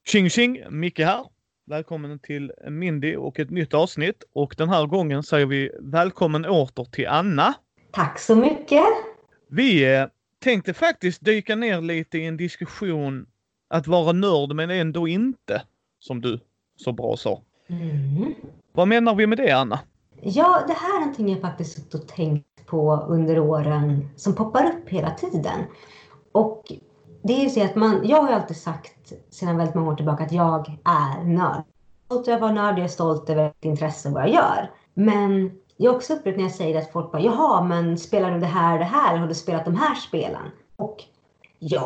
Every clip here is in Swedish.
Tjing tjing, Micke här. Välkommen till Mindy och ett nytt avsnitt. Och den här gången säger vi välkommen åter till Anna. Tack så mycket. Vi tänkte faktiskt dyka ner lite i en diskussion att vara nörd men ändå inte, som du så bra sa. Vad menar vi med det, Anna? Ja, det här är någonting jag faktiskt suttit och tänkt på under åren som poppar upp hela tiden. Och det är ju så att jag har ju alltid sagt sedan väldigt många år tillbaka att jag är nörd. Jag är vara nörd, jag är stolt över ett intresse vad jag gör. Men jag har också upplevt när jag säger att folk bara, jaha, men spelar du det här, har du spelat de här spelen? Och jag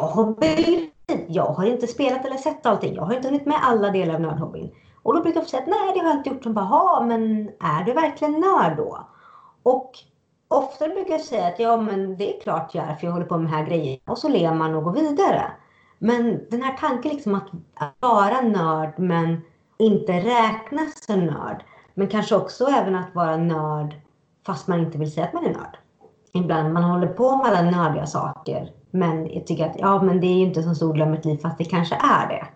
har inte spelat eller sett allting, jag har inte hunnit med alla delar av nördhobbyn. Och då brukar jag säga att nej, det har jag inte gjort. De bara, ja, men är du verkligen nörd då? Och ofta brukar jag säga att ja, men det är klart jag är, för jag håller på med de här grejerna. Och så ler man och går vidare. Men den här tanken liksom att vara nörd men inte räknas som nörd. Men kanske också även att vara nörd fast man inte vill säga att man är nörd. Ibland man håller på med alla nördiga saker. Men jag tycker att ja, men det är ju inte så stor del av mitt liv fast det kanske är det.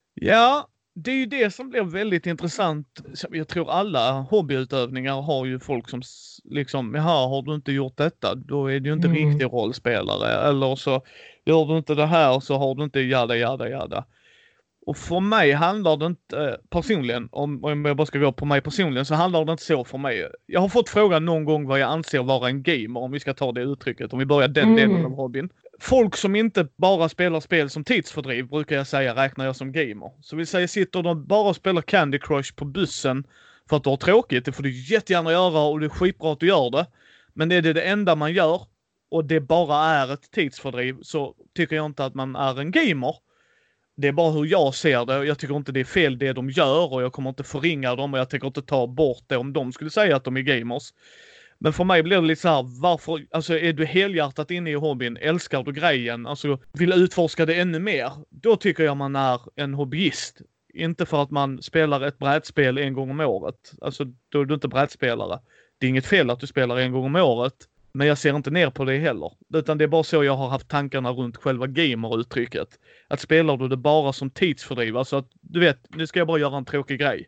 Ja, det är ju det som blir väldigt intressant. Jag tror alla hobbyutövningar har ju folk som liksom, jaha, har du inte gjort detta, då är du ju inte riktig rollspelare. Eller så gör du inte det här så har du inte jada. Och för mig handlar det inte personligen, om jag bara ska gå på mig personligen, så handlar det inte så för mig. Jag har fått frågan någon gång vad jag anser vara en gamer, om vi ska ta det uttrycket, om vi börjar den delen av hobbyn. Folk som inte bara spelar spel som tidsfördriv brukar jag säga räknar jag som gamer. Så vill säga, sitter de bara och spelar Candy Crush på bussen för att du har tråkigt, det får du jättegärna göra och det är skitbra att du gör det. Men det är det enda man gör och det bara är ett tidsfördriv, så tycker jag inte att man är en gamer. Det är bara hur jag ser det. Jag tycker inte det är fel det de gör och jag kommer inte förringa dem och jag tänker inte ta bort det om de skulle säga att de är gamers. Men för mig blir det lite så här, varför, alltså är du helhjärtat inne i hobbyn, älskar du grejen, alltså vill utforska det ännu mer, då tycker jag man är en hobbyist. Inte för att man spelar ett brädspel en gång om året. Alltså då är du inte brädspelare. Det är inget fel att du spelar en gång om året, men jag ser inte ner på det heller. Utan det är bara så jag har haft tankarna runt själva gamer-uttrycket. Att spelar du det bara som tidsfördriv, alltså att du vet, nu ska jag bara göra en tråkig grej.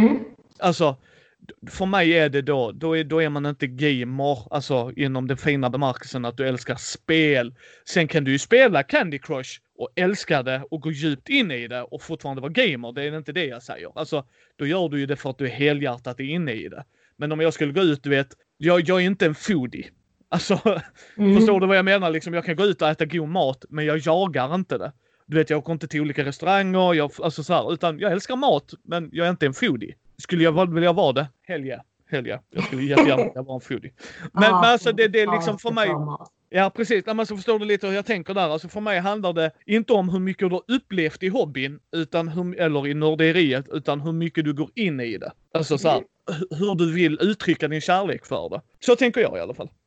Alltså, för mig är det då är man inte gamer, alltså inom den fina bemärkelsen att du älskar spel. Sen kan du ju spela Candy Crush och älska det och gå djupt in i det och fortfarande vara gamer. Det är inte det jag säger. Alltså, då gör du ju det för att du är helhjärtat inne i det. Men om jag skulle gå ut, du vet, jag är inte en foodie. Alltså, förstår du vad jag menar? Liksom, jag kan gå ut och äta god mat, men jag jagar inte det. Du vet, jag går inte till olika restauranger, alltså så här, utan jag älskar mat, men jag är inte en foodie. Skulle jag vilja vara det? Hell yeah. Jag skulle jättegärna vilja vara en foodie. Men alltså det är liksom för mig... Ja, precis. Men så förstår du lite hur jag tänker där. Alltså för mig handlar det inte om hur mycket du har upplevt i hobbyn, eller i nörderiet, utan hur mycket du går in i det. Alltså så här, hur du vill uttrycka din kärlek för det. Så tänker jag i alla fall.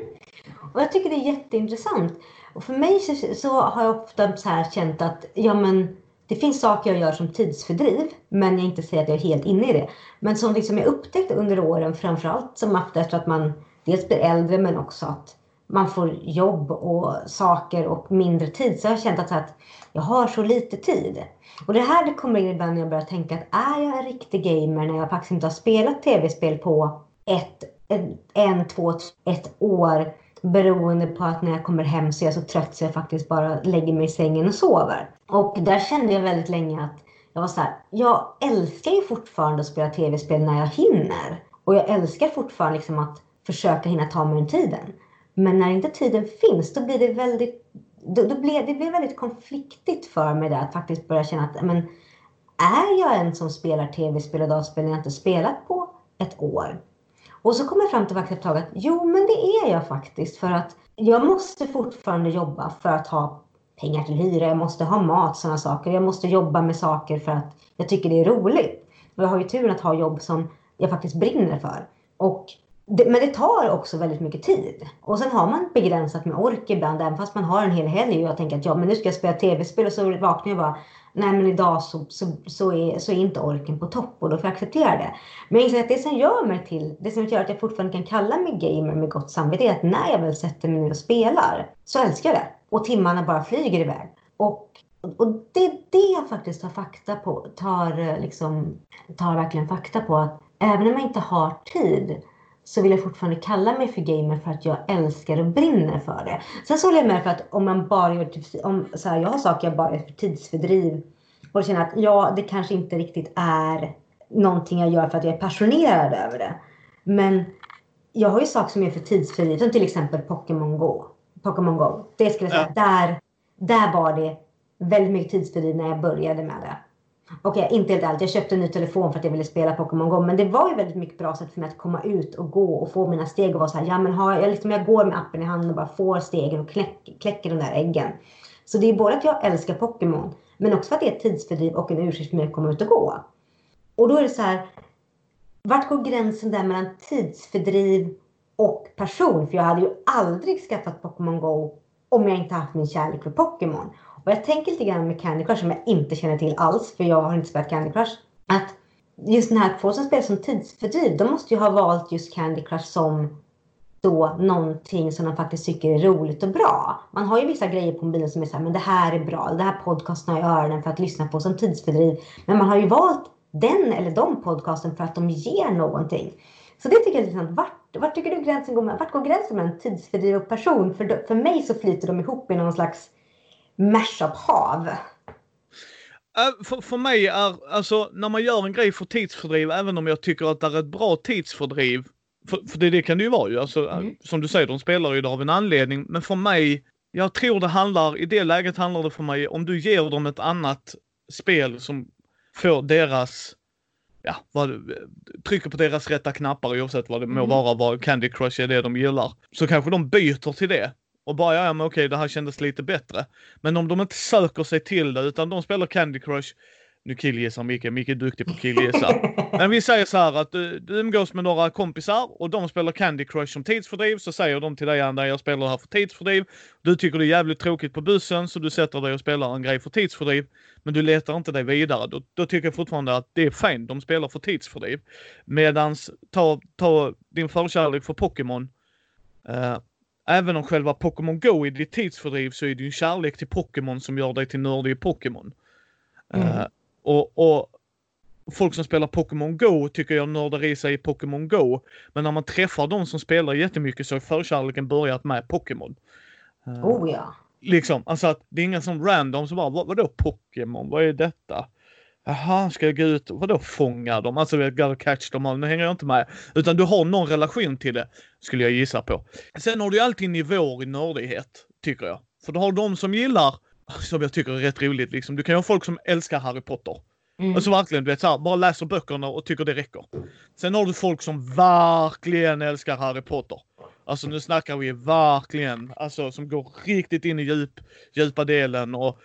Och jag tycker det är jätteintressant. Och för mig så har jag ofta så här känt att ja, men det finns saker jag gör som tidsfördriv, men jag inte säger att jag är helt inne i det. Men som liksom jag upptäckte under åren, framförallt som efter att man dels blir äldre men också att man får jobb och saker och mindre tid. Så jag har känt att jag har så lite tid. Och det kommer in ibland när jag börjar tänka att är jag en riktig gamer när jag faktiskt inte har spelat tv-spel på ett år, beroende på att när jag kommer hem så är jag så trött så jag faktiskt bara lägger mig i sängen och sover. Och där kände jag väldigt länge att jag var så här, jag älskar ju fortfarande att spela tv-spel när jag hinner. Och jag älskar fortfarande liksom att försöka hinna ta mig den tiden. Men när inte tiden finns, då blir det blir väldigt konfliktigt för mig där att faktiskt börja känna att men, är jag en som spelar tv-spel och dataspel när jag inte spelat på ett år? Och så kommer jag fram till faktiskt att jo, men det är jag faktiskt, för att jag måste fortfarande jobba för att ha pengar till hyra, jag måste ha mat, sådana saker. Jag måste jobba med saker för att jag tycker det är roligt. Och jag har ju turen att ha jobb som jag faktiskt brinner för. Men det tar också väldigt mycket tid. Och sen har man begränsat med ork ibland, även fast man har en hel helg. Och jag tänker att ja, men nu ska jag spela tv-spel, och så vaknar jag bara, nej men idag så är inte orken på topp, och då får jag acceptera det. Men jag inser att det som gör att jag fortfarande kan kalla mig gamer med gott samvete är att när jag väl sätter mig ner och spelar så älskar jag det. Och timmarna bara flyger iväg. Och Och det är det jag faktiskt tar verkligen fakta på. Att även om jag inte har tid så vill jag fortfarande kalla mig för gamer för att jag älskar och brinner för det. Sen så håller jag med för att om man bara gör jag har saker jag bara gör för tidsfördriv och känner att det kanske inte riktigt är någonting jag gör för att jag är passionerad över det. Men jag har ju saker som är för tidsfördriv, som till exempel Pokémon Go. Det skulle jag säga, där var det väldigt mycket tidsfördriv när jag började med det. Okej, inte helt allt. Jag köpte en ny telefon för att jag ville spela Pokémon Go. Men det var ju väldigt mycket bra sätt för mig att komma ut och gå och få mina steg och vara så här. Jag går med appen i handen och bara får stegen och kläcker de där äggen. Så det är både att jag älskar Pokémon, men också för att det är ett tidsfördriv och en ursäkt för mig att komma ut och gå. Och då är det så här, vart går gränsen där mellan tidsfördriv och person? För jag hade ju aldrig skaffat Pokémon Go om jag inte haft min kärlek för Pokémon. Och jag tänker lite grann med Candy Crush som jag inte känner till alls, för jag har inte spelat Candy Crush. Att just den här två som spelar som tidsfördriv, de måste ju ha valt just Candy Crush som då någonting som de faktiskt tycker är roligt och bra. Man har ju vissa grejer på mobilen som är så här, men det här är bra, det här podcasten har jag öronen för att lyssna på som tidsfördriv. Men man har ju valt den eller de podcasten för att de ger någonting. Så det tycker jag är intressant. Vart tycker du gränsen går med? Vart går gränsen mellan tidsfördriv och person? För mig så flyter de ihop i någon slags mashup-hav. För mig är, alltså när man gör en grej för tidsfördriv, även om jag tycker att det är ett bra tidsfördriv, för det kan det ju vara ju, alltså, som du säger, de spelar ju det av en anledning, men för mig, jag tror i det läget handlar det för mig, om du ger dem ett annat spel som får deras, trycker på deras rätta knappar oavsett vad det må vara, vad Candy Crush är det de gillar, så kanske de byter till det. Och bara, men okej, det här kändes lite bättre. Men om de inte söker sig till det, utan de spelar Candy Crush. Nu killgissar Micke är duktig på killgissa. Men vi säger så här att du umgås med några kompisar och de spelar Candy Crush som tidsfördriv. Så säger de till dig, jag spelar det här för tidsfördriv. Du tycker det är jävligt tråkigt på bussen, så du sätter dig och spelar en grej för tidsfördriv. Men du letar inte dig vidare. Då tycker jag fortfarande att det är fint. De spelar för tidsfördriv. Medans ta din förkärlek för Pokémon. Även om själva Pokémon Go är ditt tidsfördriv, så är det ju en kärlek till Pokémon som gör dig till nördig i Pokémon. Och folk som spelar Pokémon Go tycker jag nördar i sig i Pokémon Go. Men när man träffar de som spelar jättemycket så är förkärleken börjat med Pokémon. Liksom, alltså att det är ingen som random som bara, vadå Pokémon? Vad är detta? Jaha, ska jag gå ut och vadå fånga dem? Alltså jag gotta catch dem, nu hänger jag inte med. Utan du har någon relation till det, skulle jag gissa på. Sen har du alltid nivåer i nördighet, tycker jag. För du har de som gillar, som jag tycker är rätt roligt liksom. Du kan ju ha folk som älskar Harry Potter. Alltså verkligen, du vet så här, bara läser böckerna och tycker det räcker. Sen har du folk som verkligen älskar Harry Potter. Alltså nu snackar vi verkligen, alltså som går riktigt in i djupa delen och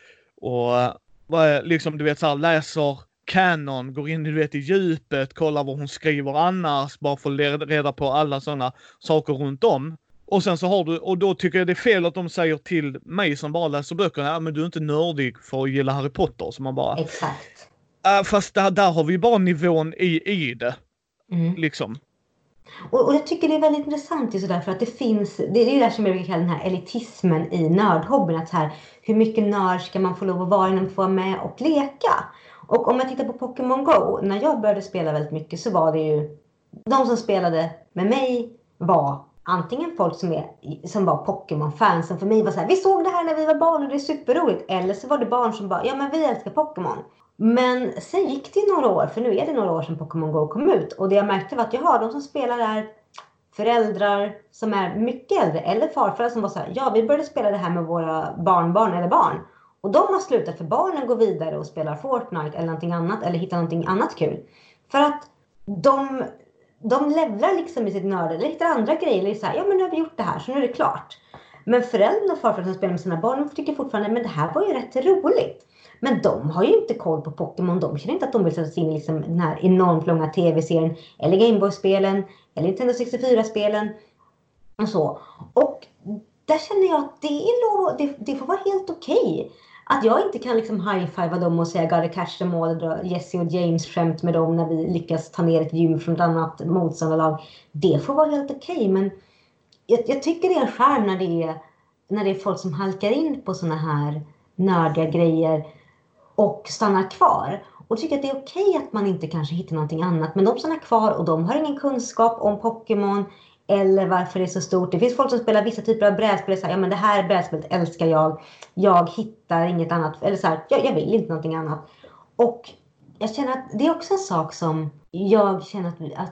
liksom du vet så här, läser canon, går in i djupet, kollar vad hon skriver annars, bara för att reda på alla sådana saker runt om. Och sen så har du, och då tycker jag det är fel att de säger till mig som bara läser böckerna, men du är inte nördig för att gilla Harry Potter, så man bara... Exakt. Fast där har vi bara nivån i det, liksom. Och jag tycker det är väldigt intressant just därför att det finns, det är ju det som jag brukar kalla den här elitismen i nördhobbyn, att så här, hur mycket nörd ska man få lov att vara innan man får vara med och leka? Och om jag tittar på Pokémon Go, när jag började spela väldigt mycket så var det ju, de som spelade med mig var antingen folk som var Pokémon-fans, som för mig var så här, vi såg det här när vi var barn och det är superroligt, eller så var det barn som bara, ja men vi älskar Pokémon. Men sen gick det några år, för nu är det några år sedan Pokémon Go kom ut. Och det jag märkte var att de som spelar är föräldrar som är mycket äldre. Eller farföräldrar som var så här, vi började spela det här med våra barnbarn eller barn. Och de har slutat, för barnen går vidare och spelar Fortnite eller någonting annat. Eller hittar någonting annat kul. För att de levlar liksom i sitt nörd. Eller hittar andra grejer. Eller så här, men nu har vi gjort det här så nu är det klart. Men föräldrarna och farföräldrar som spelar med sina barn, de tycker fortfarande, men det här var ju rätt roligt. Men de har ju inte koll på Pokémon. De känner inte att de vill sätta sig in i liksom den här enormt långa tv-serien. Eller Gameboy-spelen. Eller Nintendo 64-spelen. Och så. Och där känner jag att det får vara helt okej. Att jag inte kan liksom high-fiva dem och säga gotta catch them all. Och dra Jesse och James skämt med dem när vi lyckas ta ner ett gym från ett annat motståndarlag. Det får vara helt okej. Men jag tycker det är en charm när det är folk som halkar in på såna här nördiga grejer och stannar kvar. Och tycker att det är okej att man inte kanske hittar någonting annat. Men de stannar kvar och de har ingen kunskap om Pokémon eller varför det är så stort. Det finns folk som spelar vissa typer av brädspel och säger, ja men det här brädspelet älskar jag. Jag hittar inget annat. Eller så här, jag vill inte någonting annat. Och jag känner att det är också en sak som jag känner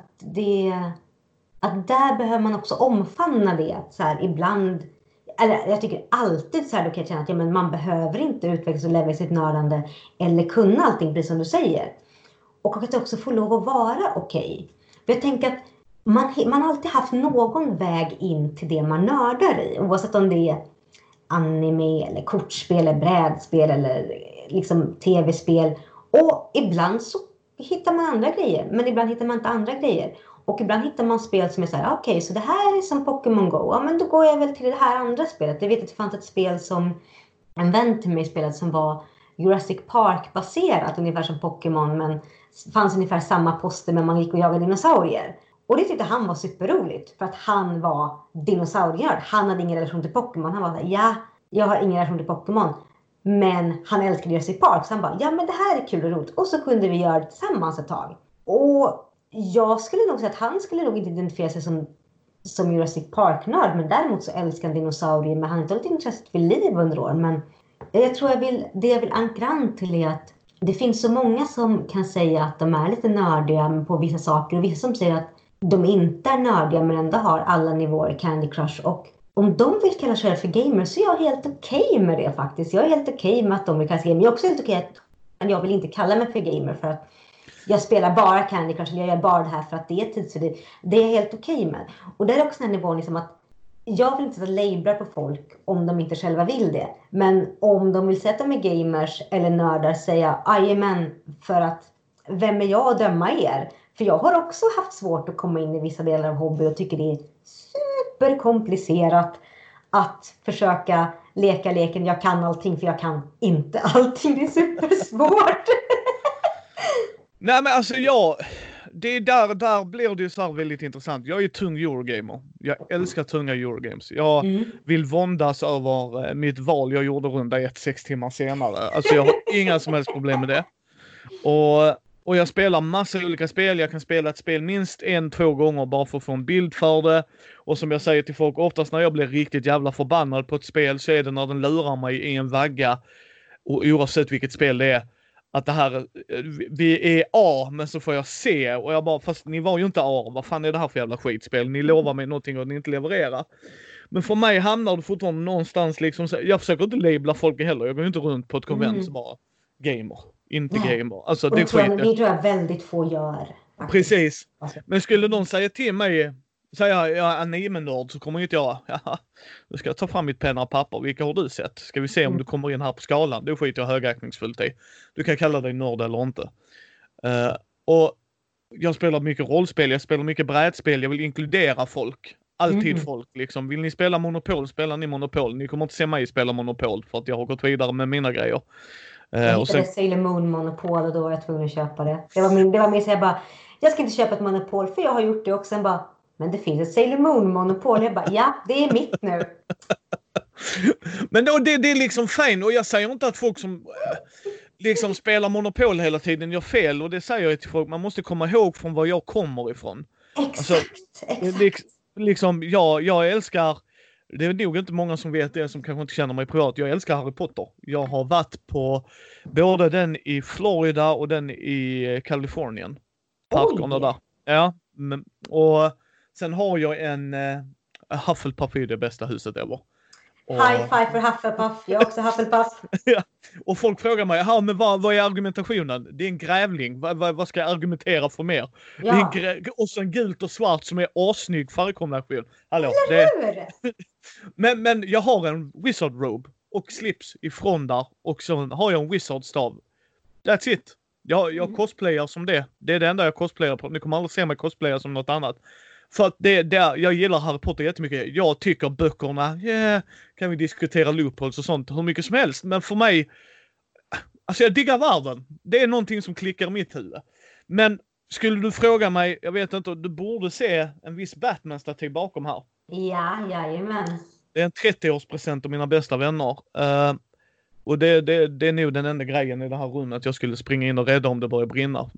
att där behöver man också omfamna det. Att så här, ibland, eller jag tycker alltid så här, då kan jag känna att ja, men man behöver inte utvecklas och leva i sitt nördande eller kunna allting precis som du säger. Och att det också får lov att vara okej. För jag tänker att man har alltid haft någon väg in till det man nördar i. Oavsett om det är anime eller kortspel eller brädspel eller liksom tv-spel. Och ibland så hittar man andra grejer. Men ibland hittar man inte andra grejer. Och ibland hittar man spel som är så här, okej, så det här är som Pokémon Go. Ja, men då går jag väl till det här andra spelet. Jag vet att det fanns ett spel som en vän till mig spelade som var Jurassic Park-baserat. Ungefär som Pokémon, men fanns ungefär samma poster, men man gick och jagade dinosaurier. Och det tyckte han var superroligt. För att han var dinosaurier. Han hade ingen relation till Pokémon. Han var såhär, ja, jag har ingen relation till Pokémon. Men han älskade Jurassic Park. Så han bara, ja men det här är kul och roligt. Och så kunde vi göra det tillsammans ett tag. Och jag skulle nog säga att han skulle nog inte identifiera sig som Jurassic Park-nörd. Men däremot så älskar han dinosaurier. Men han har inte lite intresse för liv under år. Men jag tror det jag vill ankra an till är att det finns så många som kan säga att de är lite nördiga på vissa saker. Och vissa som säger att de inte är nördiga men ändå har alla nivåer Candy Crush. Och om de vill kalla sig för gamers så är jag helt okej med det faktiskt. Jag är helt okej med att de vill kalla sig gamer. Jag är också helt okej att jag vill inte kalla mig för gamer för att jag spelar bara Candy Crush. Eller jag gör bara det här för att det är tidsfördriv. Det är jag helt okej med. Och det är också en nivå liksom att jag vill inte sätta lablar på folk om de inte själva vill det. Men om de vill säga att de är gamers eller nördar säga ajamän, för att vem är jag att döma er? För jag har också haft svårt att komma in i vissa delar av hobby och tycker det är superkomplicerat att försöka leka leken. Jag kan allting för jag kan inte allting. Det är supersvårt. Nej men alltså det är där blir det ju så här väldigt intressant. Jag är tung Eurogamer. Jag älskar tunga Eurogames. Jag vill våndas över mitt val jag gjorde runda 6 timmar senare. Alltså jag har inga som helst problem med det. Och jag spelar massa olika spel. Jag kan spela ett spel minst 1-2 gånger bara för att få en bild för det. Och som jag säger till folk, oftast när jag blir riktigt jävla förbannad på ett spel så är det när den lurar mig i en vagga. Och oavsett vilket spel det är. Att det här, vi är A men så får jag C. Och jag bara, fast ni var ju inte A. Vad fan är det här för jävla skitspel? Ni lovar mig någonting och ni inte levererar. Men för mig hamnar det fortfarande någonstans liksom. Jag försöker inte labla folk heller. Jag går ju inte runt på ett konvent som bara gamer. Inte gamer. Alltså, och det tror jag väldigt få gör. Faktiskt. Precis. Men skulle någon säga till mig, säga jag är anime-nörd, så kommer inte jag, nu ska jag ta fram mitt penna och papper. Vilka har du sett? Ska vi se om du kommer in här på skalan? Då skiter jag högaktningsfullt i. Du kan kalla dig nörd eller inte. Och jag spelar mycket rollspel, jag spelar mycket brädspel. Jag vill inkludera folk. Alltid folk liksom. Vill ni spela Monopol, spelar ni Monopol. Ni kommer inte se mig spela Monopol för att jag har gått vidare med mina grejer. Jag hittade Sailor Moon Monopol och då var jag tvungen att köpa det. Det var min så jag bara, jag ska inte köpa ett Monopol för jag har gjort det och sen bara, men det finns ett Sailor Moon Monopol. Jag bara, ja, det är mitt nu. Men då, det är liksom fint. Och jag säger inte att folk som liksom spelar Monopol hela tiden gör fel. Och det säger jag till folk. Man måste komma ihåg från var jag kommer ifrån. Exakt. Liksom, jag älskar... Det är nog inte många som vet det som kanske inte känner mig privat. Jag älskar Harry Potter. Jag har varit på både den i Florida och den i Kalifornien. Parkerna där. Ja. Och sen har jag en Hufflepuff är det bästa huset ever. High five för Hufflepuff. Jag är också Hufflepuff. Ja. Och folk frågar mig, men vad är argumentationen? Det är en grävling. Vad ska jag argumentera för mer? Ja. Det är och sen gult och svart som är assnygg färgkombination. Hallå, men jag har en wizard robe och slips ifrån där. Och så har jag en wizard stav. That's it. Jag cosplayar som det. Det är det enda jag cosplayar på. Ni kommer aldrig se mig cosplayar som något annat. För att jag gillar Harry Potter jättemycket. Jag tycker böckerna, kan vi diskutera loopholes och sånt hur mycket som helst. Men för mig, alltså jag diggar världen. Det är någonting som klickar i mitt huvud. Men skulle du fråga mig, jag vet inte, du borde se en viss Batman-staty bakom här. Ja, jajamän. Det är en 30-årspresent av mina bästa vänner. Och det är nog den enda grejen i det här rummet att jag skulle springa in och rädda om det börjar brinna.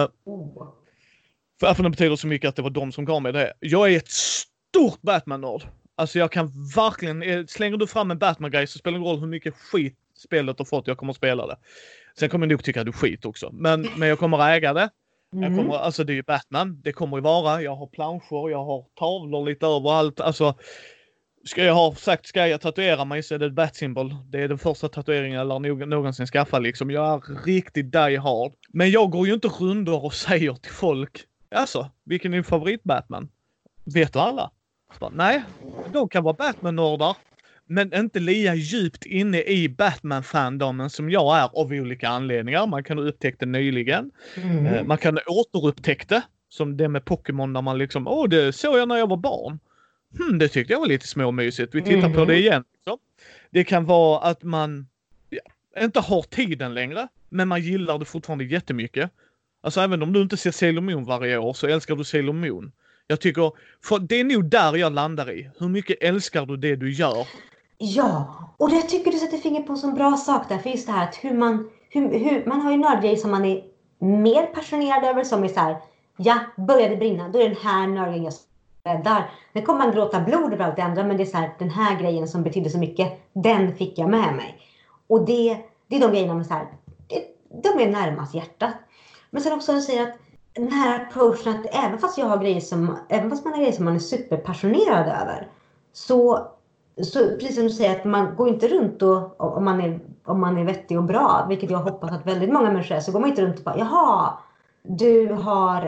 För det betyder så mycket att det var de som gav mig det. Jag är ett stort Batman-nörd. Alltså jag kan verkligen, slänger du fram en Batman-grej så spelar det ingen roll hur mycket skit spelet har fått, jag kommer att spela det. Sen kommer jag nog tycka att det är skit också. Men jag kommer att äga det. Alltså det är ju Batman, det kommer ju vara. Jag har planscher, jag har tavlor lite överallt. Alltså, ska jag tatuera mig så är det ett Bat-symbol. Det är den första tatueringen jag lär någonsin skaffa liksom. Jag är riktigt die hard. Men jag går ju inte rundor och säger till folk, alltså, vilken är din favorit Batman? Vet du alla? Så, nej, de kan vara Batman-nördar. Men inte lika djupt inne i Batman-fandomen som jag är av olika anledningar. Man kan upptäcka det nyligen. Man kan återupptäcka det. Som det med Pokémon där man liksom, det såg jag när jag var barn. Det tyckte jag var lite småmysigt. Vi tittar på det igen. Så. Det kan vara att man inte har tiden längre. Men man gillar det fortfarande jättemycket. Alltså även om du inte ser Sailor Moon varje år så älskar du Sailor Moon. Jag tycker, för det är nog där jag landar i. Hur mycket älskar du det du gör? Ja, och jag tycker du sätter finger på en sån bra sak där. För just det här att hur man har ju nördgrejer som man är mer passionerad över. Som är så här, börjar det brinna, då är den här nördgrejen jag räddar. Sen kommer man gråta blod över allt det andra. Men det är så här, den här grejen som betyder så mycket, den fick jag med mig. Och det är de grejerna med så här, de är närmast hjärtat. Men sen också att säga att den här approachen att även fast man har grejer som man är superpassionerad över. Så precis som du säger att man går inte runt och om man är vettig och bra, vilket jag hoppas att väldigt många människor är, så går man inte runt och bara, jaha, du har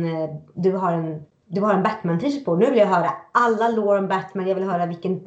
en Batman-t-shirt på. Nu vill jag höra alla lore om Batman. Jag vill höra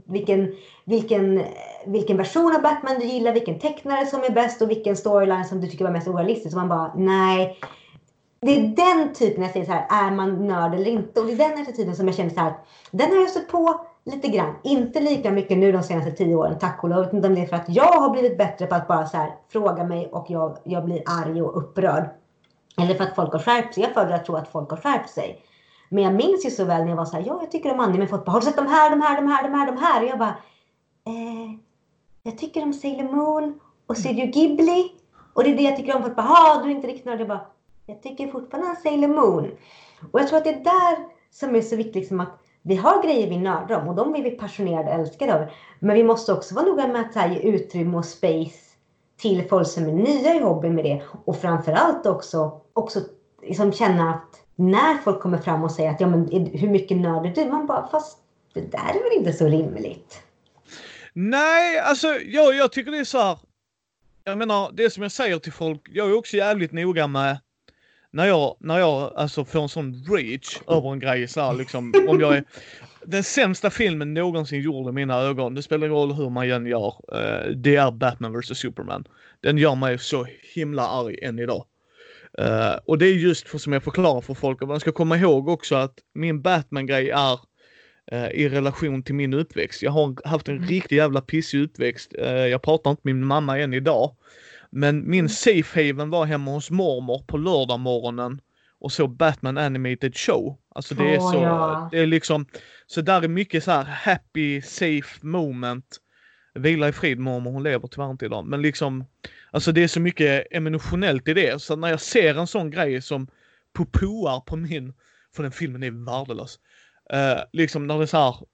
vilken version av Batman du gillar, vilken tecknare som är bäst och vilken storyline som du tycker var mest orealistisk. Så man bara, nej. Det är den typen jag säger så här, är man nörd eller inte? Och det är den attityden som jag känner så här, den har jag stött på lite grann. Inte lika mycket nu de senaste 10 åren, tack och lov. Utan det är för att jag har blivit bättre på att bara så här, fråga mig och jag blir arg och upprörd. Eller för att folk har skärpt sig. Jag föredrar att tro att folk har skärpt sig. Men jag minns ju så väl när jag var så här, jag tycker om anime. Men folk bara, har du sett de här? Och jag bara, jag tycker om Sailor Moon och Studio Ghibli. Och det är det jag tycker om. Folk bara, du är inte riktigt nörd. Jag bara, jag tycker fortfarande om Sailor Moon. Och jag tror att det är där som är så viktigt liksom att vi har grejer vi nördar om. Och de är vi passionerade och älskade över. Men vi måste också vara noga med att ge utrymme och space till folk som är nya i hobbyn med det. Och framförallt också liksom känna att när folk kommer fram och säger att hur mycket nörd är du? Man bara, fast det där är väl inte så rimligt. Nej, alltså jag tycker det är så här. Jag menar, det som jag säger till folk, jag är också jävligt noga med när jag alltså får en sån reach över en grej så här, liksom, om jag är den sämsta filmen någonsin gjord i mina ögon, det spelar ingen roll hur man igen gör, det är Batman vs Superman. Den gör mig så himla arg än idag. Och det är just för som jag förklarar för folk, och man ska komma ihåg också att min Batman-grej är i relation till min uppväxt. Jag har haft en riktigt jävla pissig uppväxt. Jag pratar inte med min mamma än idag. Men min safe haven var hemma hos mormor på lördag morgonen och så Batman Animated Show. Alltså det är så, det är liksom, så där är mycket så här happy, safe moment. Vila i frid mormor, hon lever tyvärr inte idag. Men liksom, alltså det är så mycket emotionellt i det. Så när jag ser en sån grej som popoar på min, för den filmen är värdelös. Liksom när det är så här,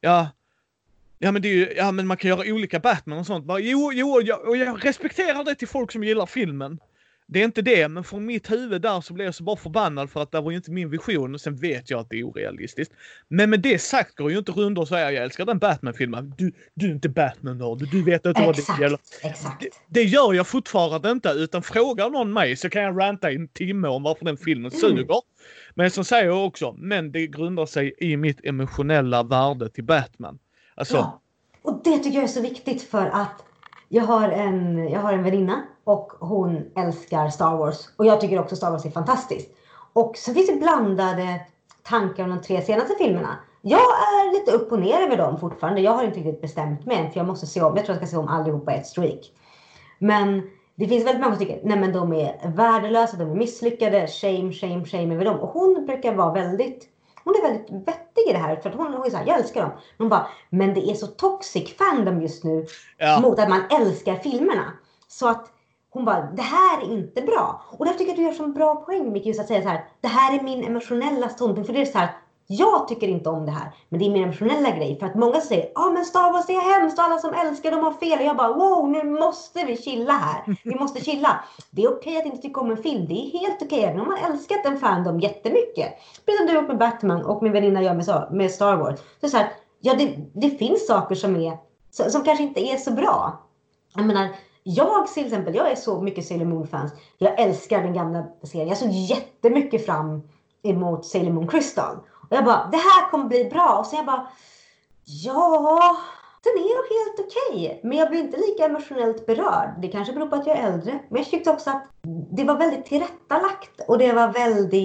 ja men det är ju, men man kan göra olika Batman och sånt. Bara, jag respekterar det till folk som gillar filmen. Det är inte det, men från mitt huvud där så blev jag så bara förbannad för att det var ju inte min vision. Och sen vet jag att det är orealistiskt. Men med det sagt går ju inte runt och säga jag älskar den Batman-filmen. Du är inte Batman då. Du vet inte vad det gäller. Exakt. Det gör jag fortfarande inte, utan frågar någon mig så kan jag ranta i en timme om varför den filmen suger. Men som säger jag också, men det grundar sig i mitt emotionella värde till Batman. Alltså. Ja, och det tycker jag är så viktigt för att jag har en väninna och hon älskar Star Wars. Och jag tycker också Star Wars är fantastiskt. Och så finns det blandade tankar om de 3 senaste filmerna. Jag är lite upp och ner över dem fortfarande. Jag har inte riktigt bestämt mig än, för jag måste se om. Jag tror jag ska se om allihopa ett streak. Men det finns väldigt många som tycker, nej men de är värdelösa, de är misslyckade. Shame över dem. Och hon brukar vara väldigt vettig i det här. För att hon är så här, jag älskar dem. Hon bara, men det är så toxic fandom just nu. Mot att man älskar filmerna. Så att hon bara, det här är inte bra. Och därför tycker jag att du gör så bra poäng, Micke, just att säga så här, det här är min emotionella ståndpunkt. För det är så här, jag tycker inte om det här, men det är min emotionella grej. För att många säger, men Star Wars är hemskt, alla som älskar dem har fel. Och jag bara, wow, nu måste vi chilla här. Vi måste chilla. Det är okej att inte tycka om en film. Det är helt okej, även om man älskat en fandom jättemycket. Precis som du har gjort med Batman och min väninna gör med Star Wars. Så här, ja, det finns saker som kanske inte är så bra. Jag menar, till exempel, jag är så mycket Sailor Moon-fans. Jag älskar den gamla serien. Jag såg jättemycket fram emot Sailor Moon Crystal. Och jag bara, det här kommer bli bra. Och så jag bara, ja, den är nog helt okej. Men jag blir inte lika emotionellt berörd. Det kanske beror på att jag är äldre. Men jag tyckte också att det var väldigt tillrättalagt. Och det var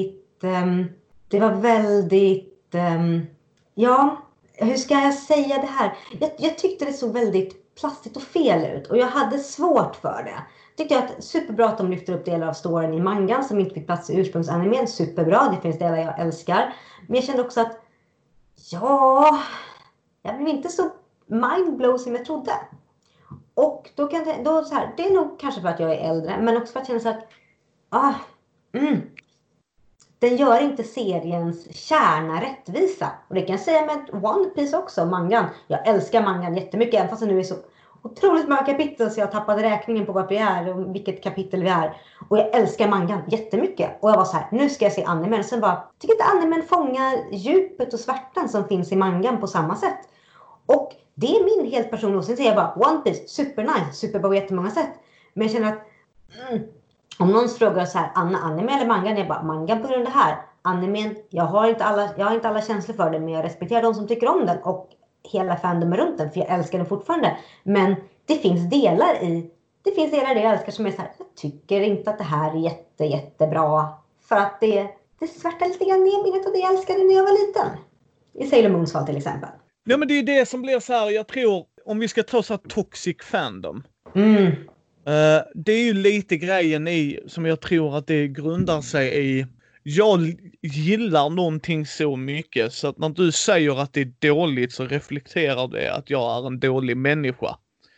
väldigt, ja, hur ska jag säga det här? Jag tyckte det såg väldigt plastigt och fel ut. Och jag hade svårt för det. Tyckte jag att superbra att de lyfter upp delar av storyn i mangan som inte fick plats i ursprungsanimen. Superbra, det finns delar jag älskar. Men jag kände också att, ja, jag blev inte så mindblown som jag trodde. Och då så här, det är nog kanske för att jag är äldre, men också för att jag känner så att, den gör inte seriens kärna rättvisa. Och det kan jag säga med One Piece också, mangan. Jag älskar mangan jättemycket, även fast det nu är så otroligt många kapitel så jag tappade räkningen på vad vi är och vilket kapitel vi är. Och jag älskar mangan jättemycket. Och jag var så här, nu ska jag se animen. Och sen tycker inte animen fångar djupet och svärtan som finns i mangan på samma sätt. Och det är min helt personliga åsikt. Sen säger jag bara, One Piece, supernice, superbra på jättemånga sätt. Men jag känner att, om någon frågar så här, anime eller mangan, jag bara, mangan på grund av det här. Animen, jag har inte alla känslor för den, men jag respekterar de som tycker om den. Och hela fandomen runt den, för jag älskar den fortfarande. Men det finns delar i det jag älskar som är så här, jag tycker inte att det här är jättebra. För att det svärtar lite grann ner minnet och det jag älskade när jag var liten. I Sailor Moons fall till exempel. Ja, men det är det som blir så här, jag tror, om vi ska ta så här toxic fandom. Det är ju lite grejen som jag tror att det grundar sig i. Jag gillar någonting så mycket så att när du säger att det är dåligt så reflekterar det att jag är en dålig människa.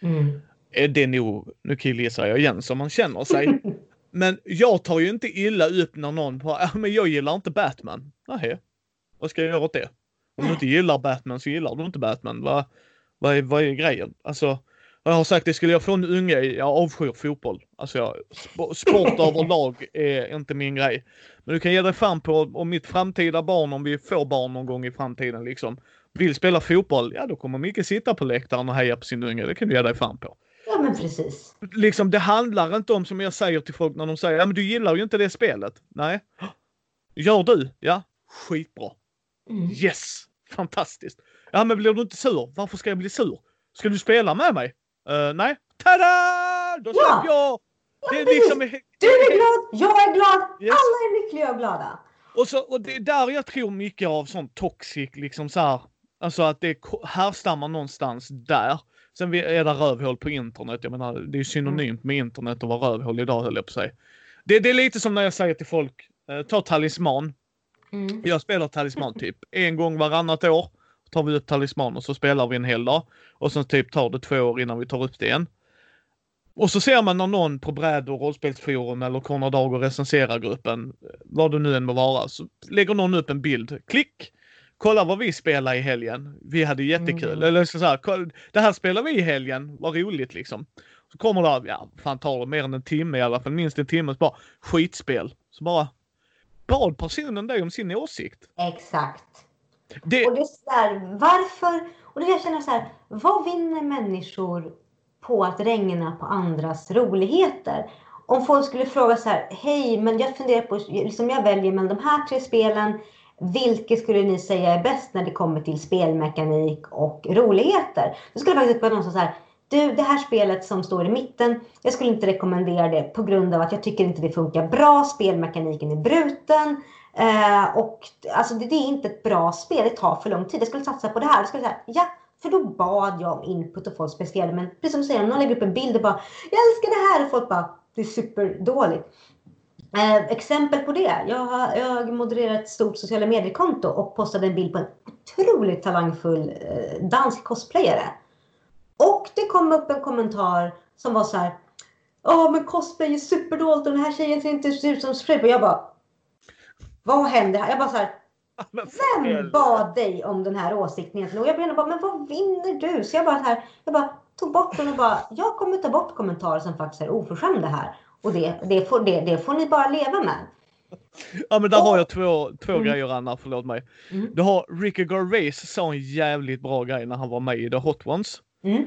Det är nog, nu killgissar jag igen som man känner sig. Men jag tar ju inte illa upp när någon men jag gillar inte Batman. Nähä, vad ska jag göra åt det? Om du inte gillar Batman så gillar du inte Batman. Vad är grejen? Alltså, jag har sagt det, skulle jag få en unge, jag avskyr fotboll. Alltså sport överlag är inte min grej. Men du kan ge dig fram på om mitt framtida barn, om vi får barn någon gång i framtiden liksom, vill spela fotboll, ja då kommer Micke sitta på läktaren och heja på sin unge. Det kan du ge dig fram på. Ja, men precis. Liksom, det handlar inte om, som jag säger till folk när de säger, ja men du gillar ju inte det spelet. Nej. Gör du? Ja, skitbra. Yes, fantastiskt. Ja, men blir du inte sur? Varför ska jag bli sur? Ska du spela med mig? Nej. Tada! Då släpper jag. Det är liksom... Du är glad, jag är glad, yes. Alla är lyckliga och glada. Och det är där jag tror mycket av sån toxic, liksom så här, alltså att det härstammar någonstans där. Sen är det rövhål på internet. Jag menar, det är synonymt med internet och vara rövhål idag, höll jag på sig. Det är lite som när jag säger till folk, ta talisman. Jag spelar talisman typ en gång varannat år. Tar vi upp talisman och så spelar vi en hel dag. Och sen typ tar det 2 år innan vi tar upp det igen. Och så ser man när någon på bräd- och rollspelsforum eller Kornadag och recenserar-gruppen, vad det nu än må vara, så lägger någon upp en bild. Klick! Kolla vad vi spelar i helgen. Vi hade jättekul. Eller så här, det här spelar vi i helgen. Vad roligt liksom. Så kommer det, ja, fan tar det mer än en timme i alla fall. Minst en timme, så bara skitspel. Så bara bad personen dig om sin åsikt. Exakt. Och det är så där, varför? Och det jag känner så här, vad vinner människor på att regna på andras roligheter? Om folk skulle fråga så här, hej, men jag funderar på, liksom jag väljer mellan de här 3 spelen, vilket skulle ni säga är bäst när det kommer till spelmekanik och roligheter? Då skulle det faktiskt vara någon som så här, du, det här spelet som står i mitten, jag skulle inte rekommendera det på grund av att jag tycker inte det funkar bra, spelmekaniken är bruten. Och alltså det är inte ett bra spel, det tar för lång tid. Jag skulle satsa på det här. Jag skulle säga, ja, för då bad jag om input och folk speciellt. Men precis som du säger, någon lägger upp en bild och bara, jag älskar det här. Och folk bara, det är superdåligt. Exempel på det. Jag modererade ett stort sociala mediekonto och postade en bild på en otroligt talangfull dansk cosplayare. Och det kom upp en kommentar som var så här, men cosplay är superdåligt och den här tjejen ser inte ut som stripper. Och jag bara, vad händer här? Jag bara så här, vem bad dig om den här åsikten? Och jag bara, men vad vinner du? Så jag bara tog bort den och bara, jag kommer ta bort kommentarer som faktiskt är oförskämda här. Och det får ni bara leva med. Ja, men där har jag två grejer, Anna, förlåt mig. Du har Ricky Gervais sa en jävligt bra grej när han var med i The Hot Ones.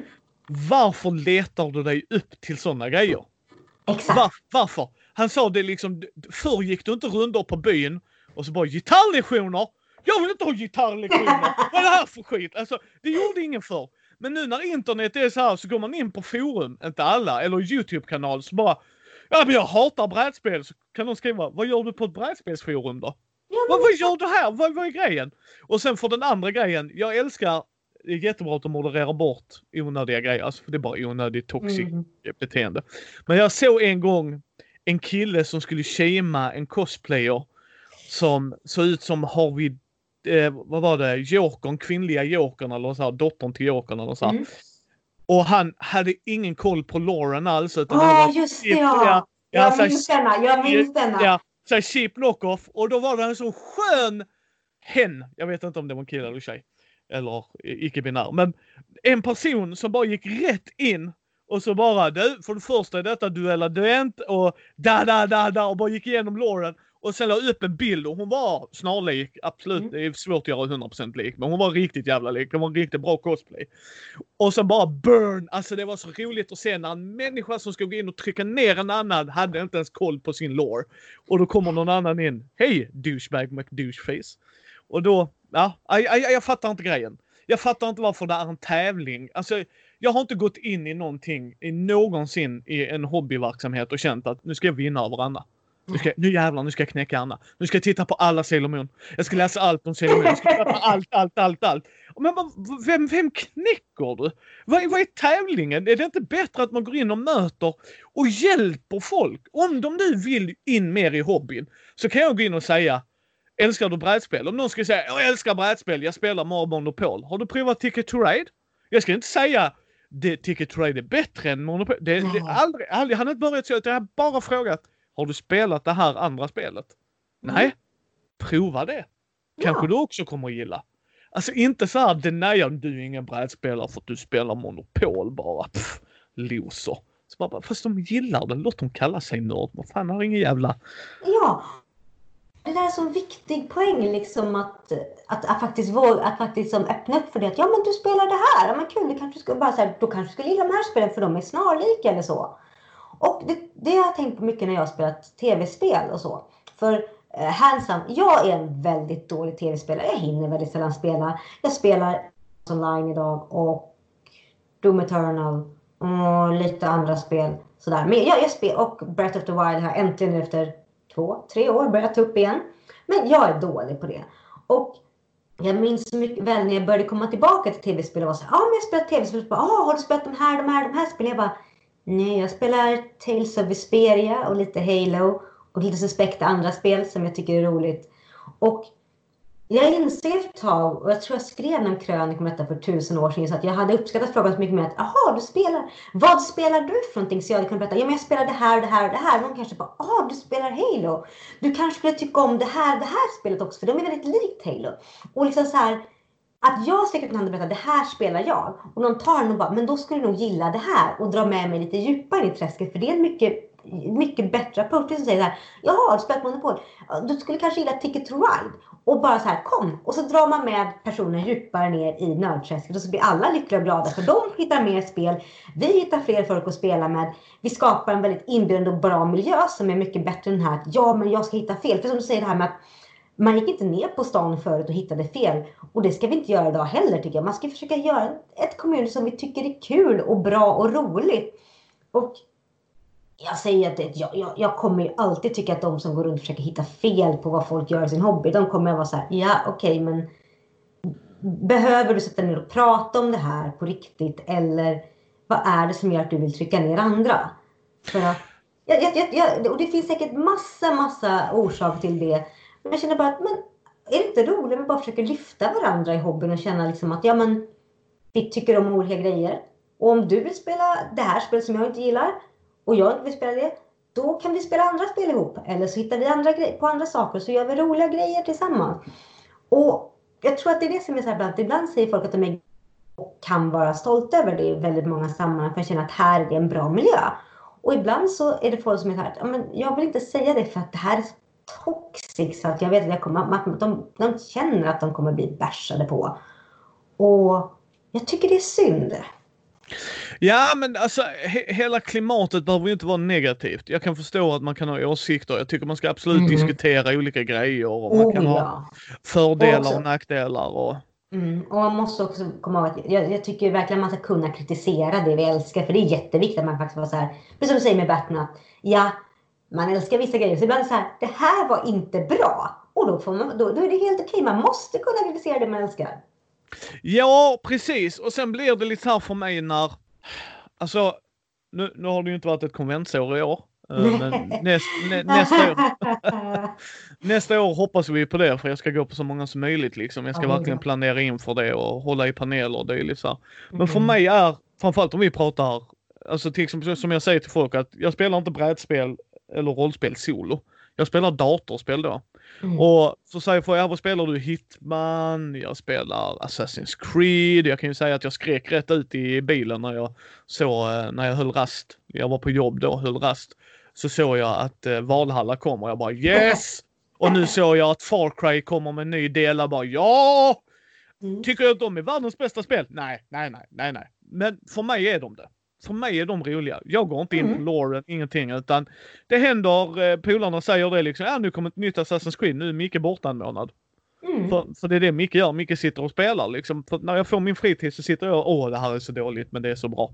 Varför letar du dig upp till sådana grejer? Exakt. Varför? Han sa det liksom, förr gick du inte runt på byn och så bara, gitarrlektioner? Jag vill inte ha gitarrlektioner. Vad är det här för skit? Alltså, det gjorde ingen förr. Men nu när internet är så här så går man in på forum, inte alla, eller YouTube-kanal så bara, ja men jag hatar brädspel. Så kan de skriva, vad gör du på ett brädspelsforum då? Vad gör du här? Vad är grejen? Och sen för den andra grejen, jag älskar, det är jättebra att de modererar bort onödiga grejer. Alltså för det är bara onödigt toxic beteende. Men jag såg en gång en kille som skulle shama en cosplayer som såg ut som Harvey, vad var det? Jokern, kvinnliga Jokern eller så här, dottern till Jokern eller så här. Och han hade ingen koll på Lauren alls. Utan just det, ja. Jag minns denna. Ja, så cheap knock-off. Och då var det en så skön hen. Jag vet inte om det var en kille eller tjej. Eller icke-binär. Men en person som bara gick rätt in. Och så bara, du, för det första är detta duella duent. Och och bara gick igenom Lauren. Och sen la upp en bild och hon var snarlik. Absolut, det är svårt att göra 100% lik. Men hon var riktigt jävla lik. Det var en riktigt bra cosplay. Och sen bara burn. Alltså det var så roligt att se när en människa som ska gå in och trycka ner en annan hade inte ens koll på sin lore. Och då kommer någon annan in. Hej, douchebag McDoucheface. Och då, ja, jag fattar inte grejen. Jag fattar inte varför det är en tävling. Alltså, jag har inte gått in i någonting någonsin i en hobbyverksamhet och känt att nu ska jag vinna över Anna. Nu ska jag knäcka Anna. Nu ska jag titta på alla Sailor Moon. Jag ska läsa allt om Sailor Moon. Jag ska titta på allt. Men vem knäcker du? Vad är tävlingen? Är det inte bättre att man går in och möter och hjälper folk? Om de nu vill in mer i hobbyn så kan jag gå in och säga, älskar du brädspel? Om någon ska säga, jag älskar brädspel, jag spelar Monopol. Har du provat Ticket to Ride? Jag ska inte säga Ticket to Ride är bättre än Monopol. Det är aldrig. Han har inte börjat så. Jag har bara frågat, har du spelat det här andra spelet? Nej. Prova det. Kanske du också kommer att gilla. Alltså inte så här, du är ingen brädspelare för att du spelar Monopol bara. Loser. Så bara, fast de gillar det. Låt dem kalla sig nörd. Vad fan, har ingen jävla... Ja. Det där är så viktig poäng liksom att faktiskt våga, att faktiskt som öppna upp för det. Att ja men du spelar det här. Ja men kul, det kanske skulle bara så här, då kanske skulle gilla de här spelen för de är snarlika eller så. Och det har jag tänkt på mycket när jag har spelat tv-spel och så. För handsam, jag är en väldigt dålig tv-spelare. Jag hinner väldigt sällan spela. Jag spelar online idag och Doom Eternal och lite andra spel. Sådär. Men jag spelar, och Breath of the Wild har äntligen efter 2-3 år börjat ta upp igen. Men jag är dålig på det. Och jag minns mycket väl när jag började komma tillbaka till tv-spel och var så här, men jag spelar tv-spel. Har du spelat de här spelen? Jag bara, nej, jag spelar Tales of Vesperia och lite Halo och lite suspekta andra spel som jag tycker är roligt. Och jag inser ett tag, och jag tror jag skrev en krönika om detta för 1000 år sedan, så att jag hade uppskattat frågan så mycket med att, vad spelar du för någonting? Så jag hade kunnat berätta, men jag spelar det här. Någon kanske bara, du spelar Halo. Du kanske skulle tycka om det här spelet också, för de är väldigt likt Halo. Och liksom så här, att jag ska kunna berätta, det här spelar jag. Och någon tar den och bara, men då skulle du nog gilla det här. Och dra med mig lite djupare i träsket. För det är en mycket bättre approach som säger så här, har du spelat Monopol? Du skulle kanske gilla Ticket to Ride. Och bara så här, kom. Och så drar man med personen djupare ner i nördträsket. Och så blir alla lyckliga och glada. För de hittar mer spel. Vi hittar fler folk att spela med. Vi skapar en väldigt inbjudande och bra miljö som är mycket bättre än den här. Ja, men jag ska hitta fel. För som du säger det här med att man gick inte ner på stan förut och hittade fel. Och det ska vi inte göra idag heller tycker jag. Man ska försöka göra ett kommun som vi tycker är kul och bra och roligt. Och jag säger att jag kommer ju alltid tycka att de som går runt och försöker hitta fel på vad folk gör i sin hobby. De kommer att vara så här, okej, men behöver du sätta ner och prata om det här på riktigt? Eller vad är det som gör att du vill trycka ner andra? För att, och det finns säkert massa orsaker till det. Men jag känner bara att, men är det inte roligt att vi bara försöker lyfta varandra i hobbyn och känna liksom att, vi tycker om olika grejer. Och om du vill spela det här spelet som jag inte gillar och jag inte vill spela det, då kan vi spela andra spel ihop. Eller så hittar vi på andra saker, så gör vi roliga grejer tillsammans. Och jag tror att det är det som är så här, ibland säger folk att de är, kan vara stolta över det i väldigt många sammanhang, för att känna att här är det en bra miljö. Och ibland så är det folk som är så här, men jag vill inte säga det för att det här är toxic, så att jag vet att jag kommer, de känner att de kommer bli bärsade på. Och jag tycker det är synd. Ja, men alltså hela klimatet behöver ju inte vara negativt. Jag kan förstå att man kan ha åsikter. Jag tycker man ska absolut diskutera olika grejer. Och man kan ha fördelar och nackdelar. Och man måste också komma ihåg att jag tycker verkligen man ska kunna kritisera det vi älskar. För det är jätteviktigt att man faktiskt var så här, precis som du säger med Batman, att ja, man älskar vissa grejer. Så ibland så här, det här var inte bra. Och då är det helt okej. Man måste kunna kritisera det man älskar. Ja, precis. Och sen blir det lite här för mig när, alltså, nu har det ju inte varit ett konventsår i år. Men nästa år hoppas vi på det, för jag ska gå på så många som möjligt liksom. Jag ska verkligen planera in för det och hålla i paneler. Det är lite så här. Men för mig är, framförallt om vi pratar, alltså till exempel som jag säger till folk, att jag spelar inte brädspel eller rollspel solo. Jag spelar datorspel då. Och så säger folk, vad spelar du? Hitman, jag spelar Assassin's Creed. Jag kan ju säga att jag skrek rätt ut i bilen när jag höll rast. Jag var på jobb då, höll rast. Så såg jag att Valhalla kommer. Jag bara yes! Och nu såg jag att Far Cry kommer med en ny del. Jag bara ja! Tycker jag att de är världens bästa spel? Nej. Men för mig är de det. För mig är de roliga. Jag går inte in på loren, ingenting, utan det händer, polarna säger det liksom, nu kommer ett nytt Assassin's Creed, nu är Micke borta en månad. För det är det Micke gör, Micke sitter och spelar liksom. För när jag får min fritid så sitter jag och det här är så dåligt, men det är så bra.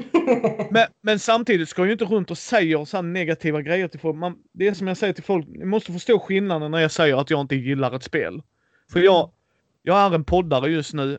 men samtidigt ska jag ju inte runt och säga så här negativa grejer till folk. Det är som jag säger till folk, ni måste förstå skillnaden när jag säger att jag inte gillar ett spel. För jag är en poddare just nu.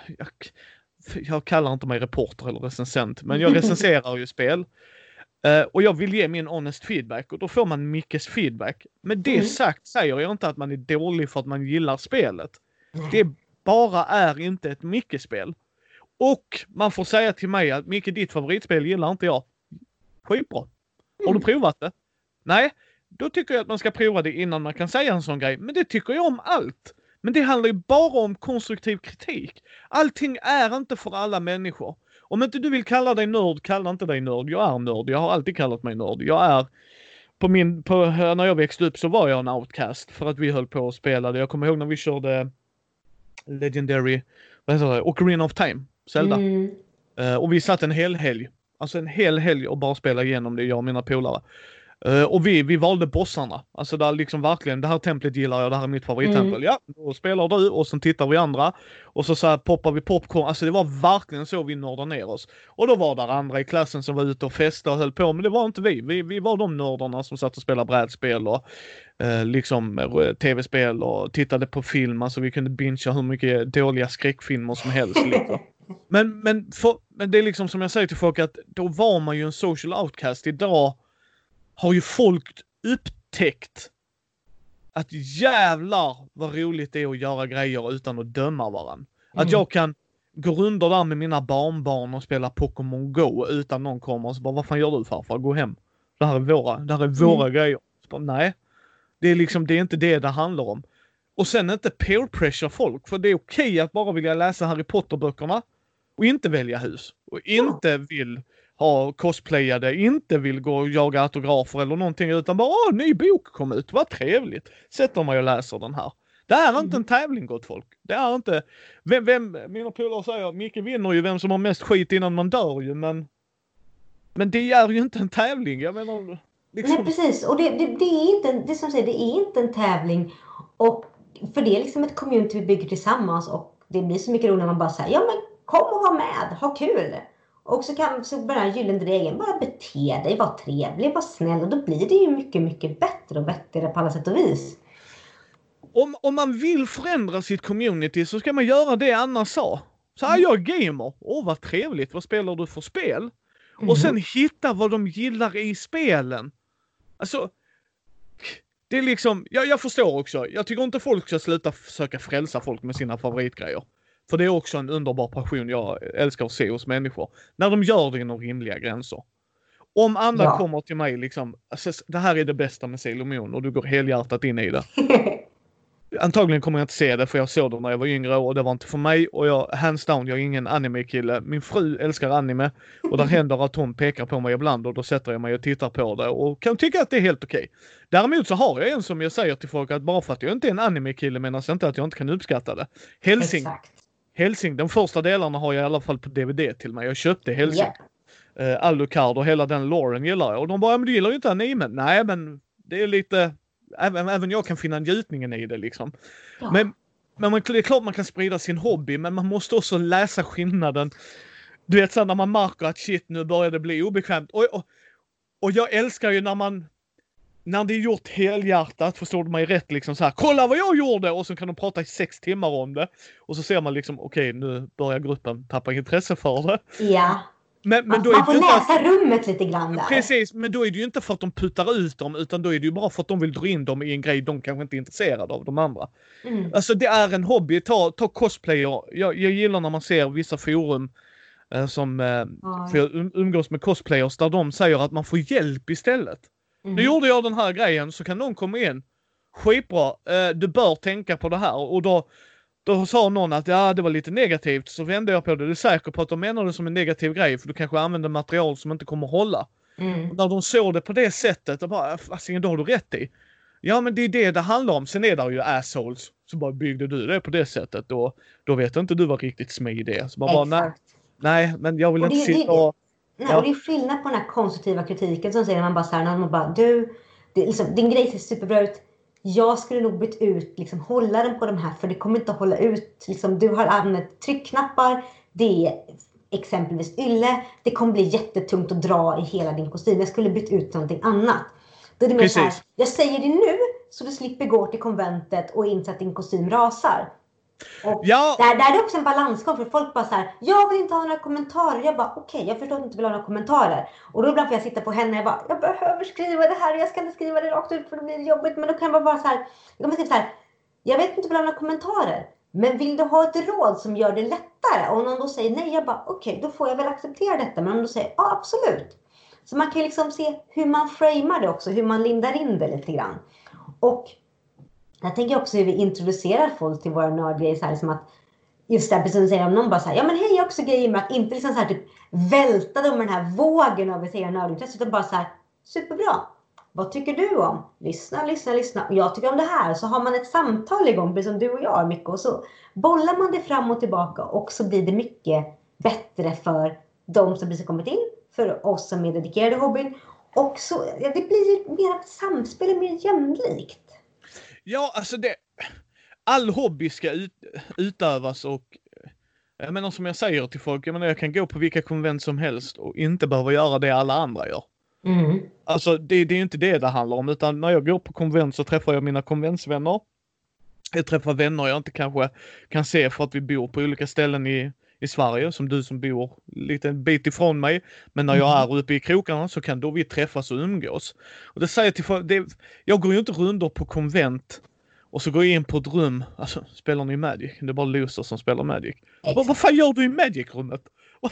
Jag kallar inte mig reporter eller recensent, men jag recenserar ju spel. Och jag vill ge min honest feedback, och då får man Mickes feedback. Men det sagt säger jag inte att man är dålig för att man gillar spelet. Det bara är inte ett Micke-spel. Och man får säga till mig att Micke, ditt favoritspel gillar inte jag. Skitbra. Har du provat det? Nej, då tycker jag att man ska prova det innan man kan säga en sån grej. Men det tycker jag om allt. Men det handlar ju bara om konstruktiv kritik. Allting är inte för alla människor. Om inte du vill kalla dig nörd, kalla inte dig nörd. Jag är nörd. Jag har alltid kallat mig nörd. Jag är när jag växte upp så var jag en outcast för att vi höll på och spelade. Jag kommer ihåg när vi körde Legendary, Ocarina of Time, Zelda. Och vi satt en hel helg och bara spelade igenom det, jag och mina polare. Och vi valde bossarna. Alltså där liksom verkligen, det här templet gillar jag, det här är mitt favorittempel. Ja, då spelar du och sen tittar vi andra. Och så här poppar vi popcorn. Alltså det var verkligen så vi nördade ner oss. Och då var där andra i klassen som var ute och festade och höll på. Men det var inte vi. Vi var de nördarna som satt och spelade brädspel och tv-spel och tittade på film. Alltså vi kunde bingea hur mycket dåliga skräckfilmer som helst. Liksom. Men det är liksom som jag säger till folk, att då var man ju en social outcast. Idag har ju folk upptäckt att jävlar vad roligt det är att göra grejer utan att döma varandra. Att jag kan gå runt där med mina barnbarn och spela Pokémon Go utan någon kommer och så bara, vad fan gör du farfar? Gå hem. Det här är våra grejer. Så bara, nej, det är inte det handlar om. Och sen inte peer pressure folk, för det är okej att bara vilja läsa Harry Potter-böckerna och inte välja hus. Och inte vill ha cosplayade, inte vill gå och jaga autografer eller någonting, utan bara, ny bok kom ut, vad trevligt. Sätter man och läser den här. Det är inte en tävling, gott folk. Det är inte, mina polare säger, Micke vinner ju vem som har mest skit innan man dör ju, men det är ju inte en tävling, jag menar. Liksom. Nej, precis, och det är inte, det som säger, det är inte en tävling, och för det är liksom ett community vi bygger tillsammans, och det blir så mycket roligt när man bara säger, ja men kom och var med, ha kul. Och så bara gyllene regeln, bara bete dig, var trevlig, var snäll, och då blir det ju mycket, mycket bättre och bättre på alla sätt och vis. Om man vill förändra sitt community så ska man göra det Anna sa. Så här, jag är gamer. Vad trevligt, vad spelar du för spel? Och sen hitta vad de gillar i spelen. Alltså, det är liksom, jag förstår också. Jag tycker inte folk ska sluta försöka frälsa folk med sina favoritgrejer. För det är också en underbar passion jag älskar att se hos människor. När de gör det inom rimliga gränser. Om andra Ja. kommer till mig liksom, alltså, det här är det bästa med Sailor Moon och du går helhjärtat in i det. Antagligen kommer jag inte se det för jag såg det när jag var yngre och det var inte för mig och jag, hands down, jag är ingen anime-kille. Min fru älskar anime och där händer att hon pekar på mig ibland och då sätter jag mig och tittar på det och kan tycka att det är helt okej. Däremot så har jag en som jag säger till folk att bara för att jag inte är en anime-kille menar jag inte att jag inte kan uppskatta det. Helsing. Exakt. Helsing, de första delarna har jag i alla fall på DVD till mig. Jag köpte Helsing. Yeah. Alucard och hela den Lauren gillar jag. Och de bara, men du gillar ju inte anime. Nej, men det är lite... Även jag kan finna njutningen i det liksom. Ja. Men det är klart man kan sprida sin hobby, men man måste också läsa skillnaden. Du vet så när man märker att shit, nu börjar det bli obekvämt. Och jag älskar ju när det är gjort helhjärtat, förstår du mig rätt, liksom så här, kolla vad jag gjorde! Och så kan de prata i 6 timmar om det. Och så ser man liksom, okej, nu börjar gruppen tappa intresse för det. Ja. Men då man får läsa rummet lite grann där. Precis, men då är det ju inte för att de puttar ut dem, utan då är det ju bara för att de vill dra in dem i en grej de kanske inte är intresserade av, de andra. Alltså det är en hobby, ta cosplayer. Jag gillar när man ser vissa forum för jag umgås med cosplayers där de säger att man får hjälp istället. Nu gjorde jag den här grejen, så kan någon komma in. Skitbra, du bör tänka på det här. Och då sa någon att ja, det var lite negativt. Så vände jag på det. Du är säker på att de menar det som en negativ grej. För du kanske använder material som inte kommer hålla. Och när de såg det på det sättet. Då bara, då har du rätt i. Ja, men det är det handlar om. Sen är det ju assholes. Så bara byggde du det på det sättet. Då vet inte du var riktigt smidig. Så bara, nej, men jag vill inte sitta och... Nej, och det är skillnad på den här konstruktiva kritiken som säger när man bara så här, när man bara, din grej ser superbra ut. Jag skulle nog bytt ut, liksom, hålla den på de här, för det kommer inte att hålla ut. Liksom, du har använt tryckknappar, det är exempelvis ylle. Det kommer bli jättetungt att dra i hela din kostym. Jag skulle bytt ut någonting annat. Då är det mer så här, jag säger det nu så du slipper gå till konventet och inse att din kostym rasar. Och där är det också en balansgång, för folk bara så här, jag vill inte ha några kommentarer. Jag bara, okej, jag förstår att du inte vill ha några kommentarer. Och då ibland får jag sitta på henne och jag behöver skriva det här. Jag ska inte skriva det rakt ut för det blir jobbigt. Men då kan jag bara så här, jag vet inte om du vill ha några kommentarer. Men vill du ha ett råd som gör det lättare? Och om någon då säger nej, jag bara, okej, då får jag väl acceptera detta. Men om de säger, ja, absolut. Så man kan ju liksom se hur man framar det också, hur man lindar in det lite grann. Och jag tänker också hur vi introducerar folk till våra nördgrejer, så här, liksom att just det, precis som säger, om någon bara säger, ja men hej, jag också grejer med att inte liksom så här typ välta dem med den här vågen av ett nördintresse, utan bara så här, superbra. Vad tycker du om? Lyssna. Och jag tycker om det här. Så har man ett samtal igång, precis som du och jag, Micke, och så bollar man det fram och tillbaka, och så blir det mycket bättre för de som precis kommit in, för oss som är dedikerade hobbyn, och så det blir mer samspel, mer jämlikt. Ja, alltså all hobby ska utövas, och jag menar, som jag säger till folk, jag kan gå på vilka konvent som helst och inte behöva göra det alla andra gör. Alltså det är ju inte det handlar om, utan när jag går på konvent så träffar jag mina konventsvänner. Jag träffar vänner jag inte kanske kan se för att vi bor på olika ställen i Sverige, som du som bor lite en bit ifrån mig. Men när jag är uppe i krokarna så kan då vi träffas och umgås. Och det säger till folk, jag går ju inte rundor på konvent och så går jag in på ett rum, alltså spelar ni Magic? Det är bara loser som spelar Magic. Vad fan gör du i Magic-rummet?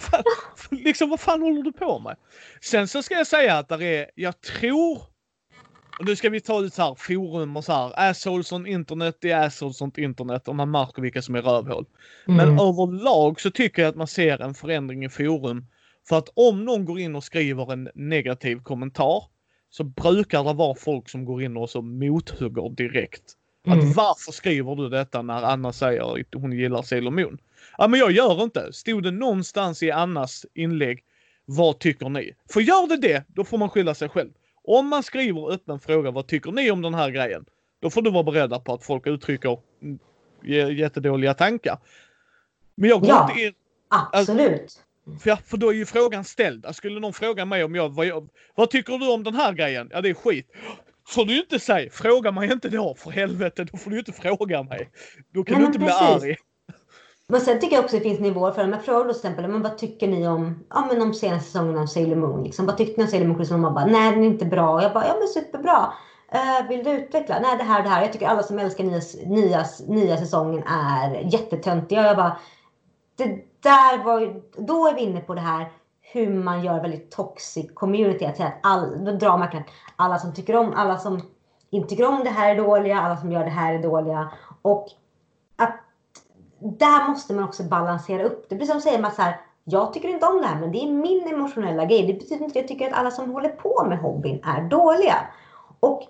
Vad fan håller du på med? Sen så ska jag säga att jag tror, och nu ska vi ta ut så här forum och så här, assholes on internet, det är assholes on internet, och man märker vilka som är rövhål. Men överlag så tycker jag att man ser en förändring i forum. För att om någon går in och skriver en negativ kommentar, så brukar det vara folk som går in och så mothugger direkt. Att varför skriver du detta när Anna säger att hon gillar Sailor Moon? Ja, men jag gör inte. Stod det någonstans i Annas inlägg, vad tycker ni? För gör det, då får man skylla sig själv. Om man skriver öppen fråga, vad tycker ni om den här grejen? Då får du vara beredda på att folk uttrycker jättedåliga tankar. Men jag går inte in... Absolut. För då är ju frågan ställd. Skulle någon fråga mig om vad tycker du om den här grejen? Ja, det är skit. Får du inte säga, fråga mig inte då, för helvete, då får du inte fråga mig. Då kan du inte bli arg. Men sen tycker jag också att det finns nivåer för de här frågor, till exempel, men vad tycker ni om de senaste säsongerna av Sailor Moon? Liksom, vad tyckte ni om Sailor Moon? Som man bara, nej, den är inte bra. Jag bara, ja men superbra. Vill du utveckla? Nej, det här. Jag tycker alla som älskar nya säsongen är jättetöntiga. Jag bara, det där var ju, då är vi inne på det här. hur man gör väldigt toxic community. Att säga att då drar man alla som tycker om, alla som inte tycker om det här är dåliga, alla som gör det här är dåliga. Och att där måste man också balansera upp. Det blir som säger man så här, jag tycker inte om det här, men det är min emotionella grej. Det betyder inte att jag tycker att alla som håller på med hobbyn är dåliga. Och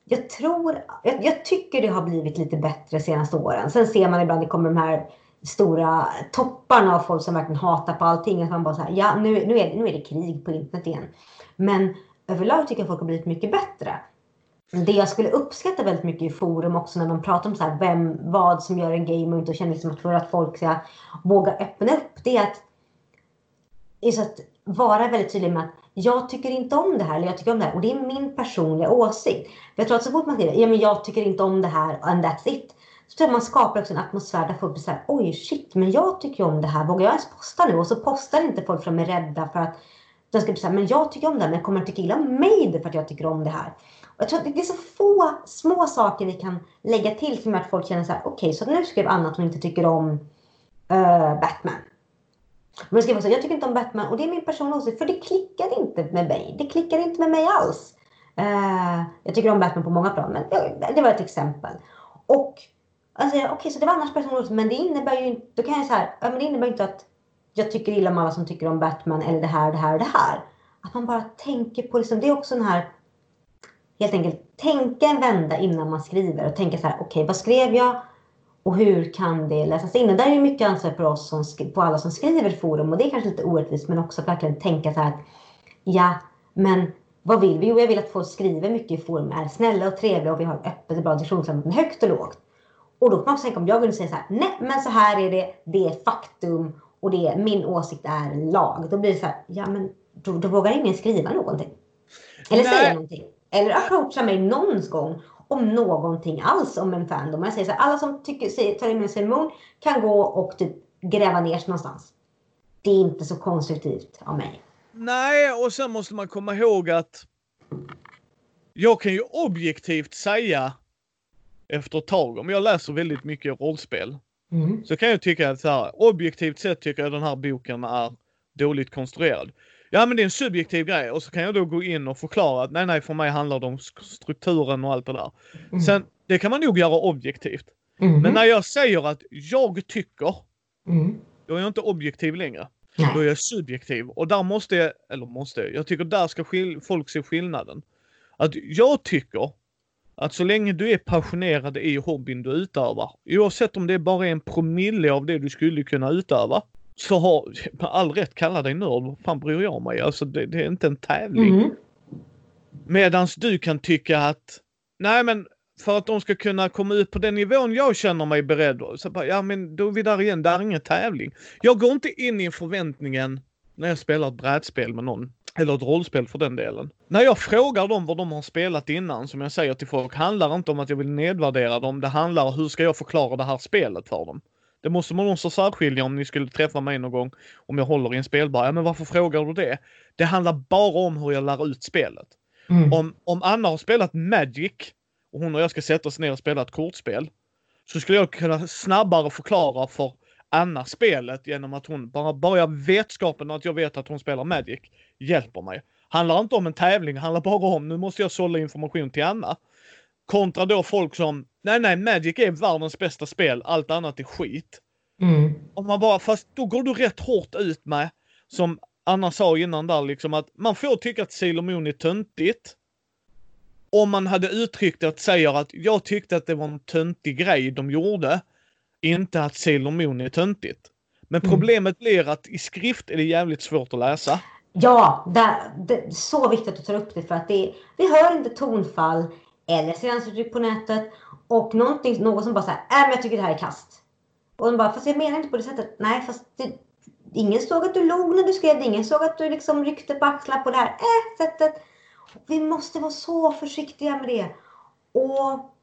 jag tycker det har blivit lite bättre de senaste åren. Sen ser man ibland det kommer de här stora topparna av folk som verkligen hatar på allting. Att man bara så här, ja nu är det krig på internet igen. Men överlag tycker jag folk har blivit mycket bättre. Det jag skulle uppskatta väldigt mycket i forum också när de pratar om så här, vad som gör en game och inte känner liksom för att folk ska våga öppna upp. Det är att vara väldigt tydlig med att jag tycker inte om det här eller jag tycker om det här. Och det är min personliga åsikt. För jag tror att så fort man säger men jag tycker inte om det här and that's it. Så tror jag man skapar också en atmosfär där folk blir så här, oj shit men jag tycker om det här. Vågar jag ens posta nu? Och så postar inte folk för att de är rädda för att de ska bli så här, men jag tycker om det här men jag kommer att tycka illa om mig för att jag tycker om det här. Jag tror att det är så få små saker vi kan lägga till som att folk känner så här, okej, så nu skrev Anna att hon inte tycker om Batman. Men jag skrev också, jag tycker inte om Batman och det är min personliga åsikt för det klickar inte med mig. Det klickar inte med mig alls. Jag tycker om Batman på många plan, men det var ett exempel. Och alltså, okej, så det var annars personliga åsikt, men det innebär ju inte, då kan jag säga men det innebär inte att jag tycker illa om alla som tycker om Batman eller det här och det här och det här. Att man bara tänker på liksom, det är också den här helt enkelt tänka en vända innan man skriver och tänka så här, okej, vad skrev jag och hur kan det läsas in? Och där är ju mycket ansvar på oss på alla som skriver forum och det är kanske lite orättvist men också att verkligen tänka så här, ja, men vad vill vi? Jo, jag vill att folk skriver mycket i forum, är snälla och trevliga och vi har öppet och bra diskussionsämnen högt och lågt. Och då kan man tänka om jag vill säga så här, nej, men så här är det är faktum och min åsikt är lag. Då blir det så här, ja men då vågar ingen skriva någonting. Eller säga någonting. Eller approacha mig någon gång om någonting alls om en fandom. Jag säger så här, alla som tar in en ceremon kan gå och typ gräva ner sig någonstans. Det är inte så konstruktivt av mig. Nej, och sen måste man komma ihåg att jag kan ju objektivt säga efter ett tag, om jag läser väldigt mycket rollspel, så kan jag tycka att så här, objektivt sett tycker jag den här boken är dåligt konstruerad. Ja, men det är en subjektiv grej och så kan jag då gå in och förklara att nej, för mig handlar det om strukturen och allt det där. Sen, det kan man nog göra objektivt. Men när jag säger att jag tycker, då är jag inte objektiv längre. Då är jag subjektiv. Och där jag tycker där ska folk se skillnaden. Att jag tycker att så länge du är passionerad i hobbyn du utövar, oavsett om det bara är en promille av det du skulle kunna utöva, så har med all rätt kalla dig nörd. Vad fan bryr jag mig? Alltså det är inte en tävling. Medans du kan tycka att nej, men för att de ska kunna komma ut på den nivån jag känner mig beredd. Så bara, ja men då är vi där igen. Det är ingen tävling. Jag går inte in i förväntningen när jag spelar ett brädspel med någon. Eller ett rollspel för den delen. När jag frågar dem vad de har spelat innan, som jag säger till folk, handlar inte om att jag vill nedvärdera dem. Det handlar om hur ska jag förklara det här spelet för dem. Det måste man också särskilja om ni skulle träffa mig någon gång om jag håller i en spelbar. Ja, men varför frågar du det? Det handlar bara om hur jag lär ut spelet. Om Anna har spelat Magic och hon och jag ska sätta oss ner och spela ett kortspel, så skulle jag kunna snabbare förklara för Anna spelet genom att hon bara vetskapen att jag vet att hon spelar Magic hjälper mig. Handlar inte om en tävling, handlar bara om nu måste jag sålla information till Anna. Kontra då folk som nej, Magic är världens bästa spel, allt annat är skit. Om man bara, fast då går du rätt hårt ut med, som Anna sa innan där, liksom att man får tycka att Sailor Moon är töntigt. Om man hade uttryckt att säga att jag tyckte att det var en töntig grej de gjorde, inte att Sailor Moon är töntigt. Men problemet blir att i skrift är det jävligt svårt att läsa. Ja, det är så viktigt att du tar upp det, för att vi hör inte tonfall eller seansuttryck på nätet och någon som bara säger men jag tycker det här är kast. Och de bara, fast jag menar inte på det sättet. Nej, fast ingen såg att du log när du skrev det. Ingen såg att du liksom ryckte på axlar på det här sättet. Vi måste vara så försiktiga med det. Och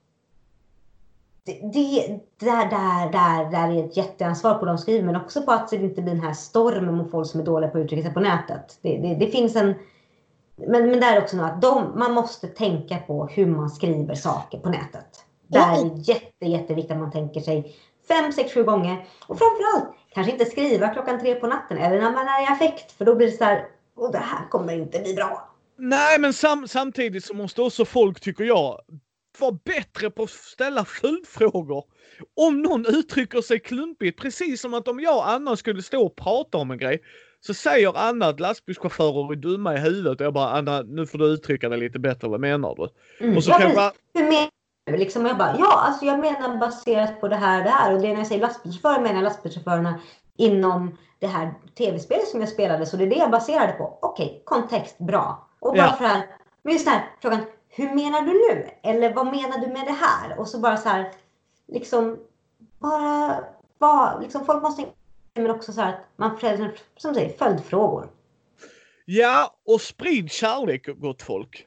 där är ett jätteansvar på de som skriver, men också på att det inte blir den här stormen mot folk som är dåliga på att uttrycka sig på nätet. Det finns en... Men där är också något att man måste tänka på hur man skriver saker på nätet. Där är det jätteviktigt att man tänker sig 5, 6, 7 gånger. Och framförallt, kanske inte skriva 3 på natten. Eller när man är i affekt. För då blir det så här, det här kommer inte bli bra. Nej, men samtidigt så måste också folk, tycker jag, vara bättre på att ställa följdfrågor. Om någon uttrycker sig klumpigt, precis som att om jag och Anna skulle stå och prata om en grej, så säger Anna att lastbilschaufförer är dumma i huvudet och jag bara, Anna, nu får du uttrycka det lite bättre, vad menar du? Och så kan jag bara... Hur menar du? Liksom, jag bara, alltså jag menar baserat på det här. Och det när jag säger lastbilschaufförer menar jag lastbilschaufförerna inom det här tv-spelet som jag spelade. Så det är det jag baserade på. Okej, kontext, bra. Och bara för här, men just här, frågan, hur menar du nu? Eller vad menar du med det här? Och så bara så här, liksom, liksom folk måste, men också så här att man som säger, följdfrågor. Ja, och sprid kärlek, gott folk.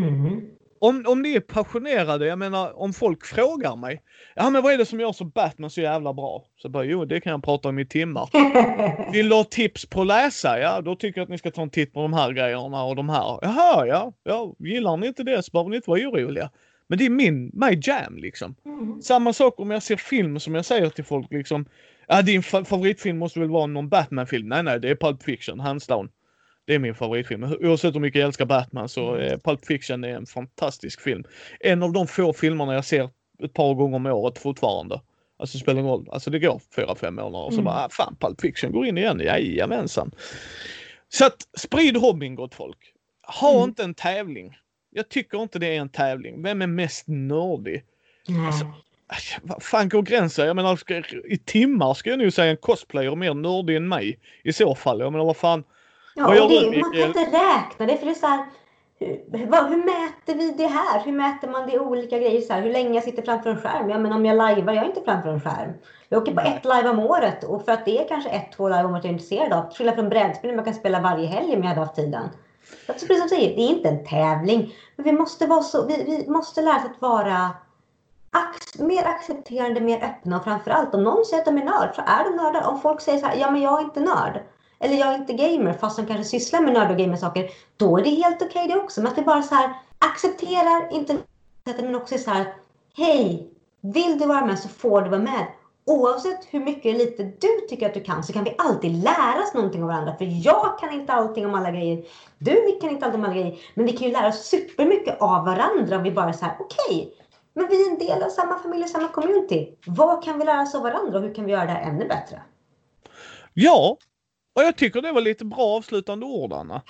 Om ni är passionerade, jag menar, om folk frågar mig, ja men vad är det som gör så Batman så jävla bra? Så bara, jo det kan jag prata om i timmar. Vill du ha tips på att läsa? Ja, då tycker jag att ni ska ta en titt på de här grejerna och de här. Jaha, ja, gillar ni inte det så behöver ni inte vara oroliga. Men det är my jam liksom. Samma sak om jag ser film som jag säger till folk liksom, ja din favoritfilm måste väl vara någon Batman-film? Nej, det är Pulp Fiction, hands down. Det är min favoritfilm. Oavsett hur mycket jag älskar Batman så Pulp Fiction är en fantastisk film. En av de få filmerna jag ser ett par gånger om året fortfarande. Alltså det spelar ingen roll. Alltså det går 4-5 månader och så bara, fan Pulp Fiction går in igen. Jajamensan. Så att sprid hobbyn, gott folk. Ha inte en tävling. Jag tycker inte det är en tävling. Vem är mest nördig? Alltså, vad fan går gränsen? Jag menar, i timmar ska jag nu säga en cosplayer mer nördig än mig. I så fall. Jag menar, vad fan. Ja, man kan inte räkna det, för det är så här, hur mäter vi det här? Hur mäter man det i olika grejer? Så här, hur länge jag sitter framför en skärm? Jag menar, om jag lajvar, jag är inte framför en skärm. Jag åker på ett live om året, och för att det är kanske 1-2 live om året jag är intresserad av. Skillnad från brädspel, man kan spela varje helg om jag hade haft tiden. Så precis som säger, det är inte en tävling. Men vi måste vara så, vi måste lära oss att vara mer accepterande, mer öppna, och framförallt om någon säger att de är nörd, så är de nördar. Om folk säger så här, ja men jag är inte nörd. Eller jag är inte gamer, fast de kanske sysslar med nörd och gamersaker. Då är det helt okej det också. Men att vi bara så här accepterar, inte men också så här, hej, vill du vara med så får du vara med. Oavsett hur mycket eller lite du tycker att du kan, så kan vi alltid lära oss någonting av varandra. För jag kan inte allting om alla grejer. Du kan inte allting om alla grejer. Men vi kan ju lära oss supermycket av varandra. Och vi bara så här, okej, men vi är en del av samma familj, samma community. Vad kan vi lära oss av varandra och hur kan vi göra det här ännu bättre? Ja. Och jag tycker det var lite bra avslutande ord, Anna.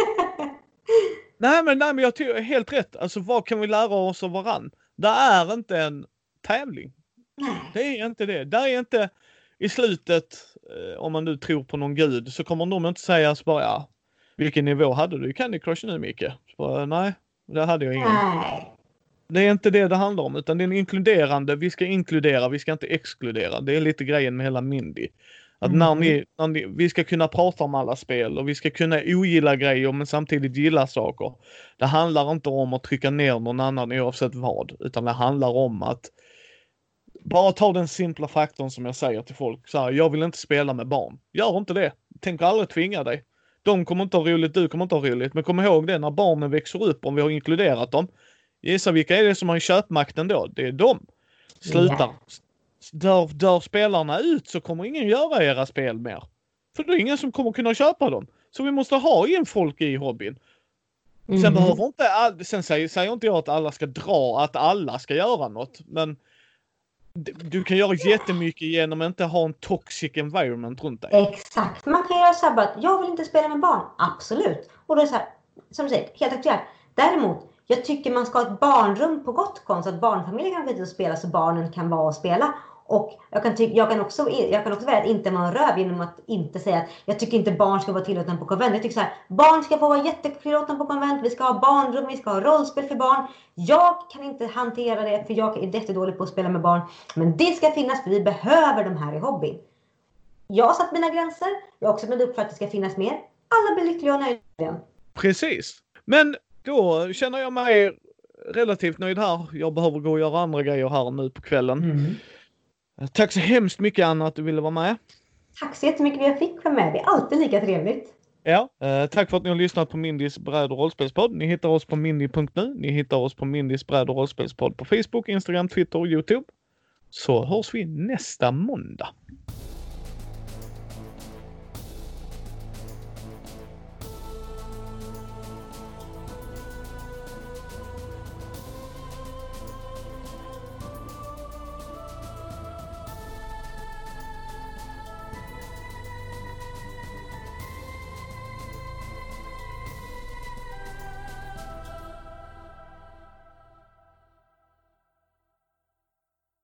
nej men jag tycker helt rätt. Alltså vad kan vi lära oss av varann? Det är inte en tävling. Det är inte det. Det är inte i slutet, om man nu tror på någon gud, så kommer de inte säga så bara, ja, vilken nivå hade du i Candy Crush nu, Micke? Så, nej, det hade jag ingen. Nej. Det är inte det handlar om, utan det är en inkluderande, vi ska inkludera, vi ska inte exkludera. Det är lite grejen med hela Mindy. Att vi ska kunna prata om alla spel och vi ska kunna ogilla grejer men samtidigt gilla saker. Det handlar inte om att trycka ner någon annan oavsett vad, utan det handlar om att bara ta den simpla faktorn som jag säger till folk. Så här, jag vill inte spela med barn. Gör inte det. Tänk aldrig tvinga dig. De kommer inte ha roligt, du kommer inte ha roligt. Men kom ihåg det, när barnen växer upp, om vi har inkluderat dem. Gissa vilka är det som har i köpmakten då? Det är dem. Slutar. Dör spelarna ut så kommer ingen göra era spel mer. För det är ingen som kommer kunna köpa dem. Så vi måste ha in folk i hobbyn. Sen behöver inte sen säger inte jag att alla ska dra, att alla ska göra något. Men du kan göra jättemycket genom att inte ha en toxic environment runt dig. Exakt. Man kan göra så här att jag vill inte spela med barn. Absolut. Och då är det så här, som du säger, helt aktuellt. Däremot, jag tycker man ska ha ett barnrum på gott konst, så att barnfamiljer kan få spela så barnen kan vara och spela. Och jag kan också välja att inte vara röv genom att inte säga att jag tycker inte barn ska vara tillåtna på konvent. Jag tycker så här, barn ska få vara jättetillåtna på konvent. Vi ska ha barnrum, vi ska ha rollspel för barn. Jag kan inte hantera det för jag är jättedålig på att spela med barn. Men det ska finnas för vi behöver de här i hobbyn. Jag har satt mina gränser. Jag har också med upp för att det ska finnas mer. Alla blir lyckliga och nöjda. Precis. Men då känner jag mig relativt nöjd här. Jag behöver gå och göra andra grejer här nu på kvällen. Tack så hemskt mycket, Anna, att du ville vara med. Tack så jättemycket för att jag fick vara med. Det är alltid lika trevligt. Ja, tack för att ni har lyssnat på Mindys bräd- och rollspelspodd. Ni hittar oss på mindy.nu. Ni hittar oss på Mindys bräd- och rollspelspodd på Facebook, Instagram, Twitter och YouTube. Så hörs vi nästa måndag.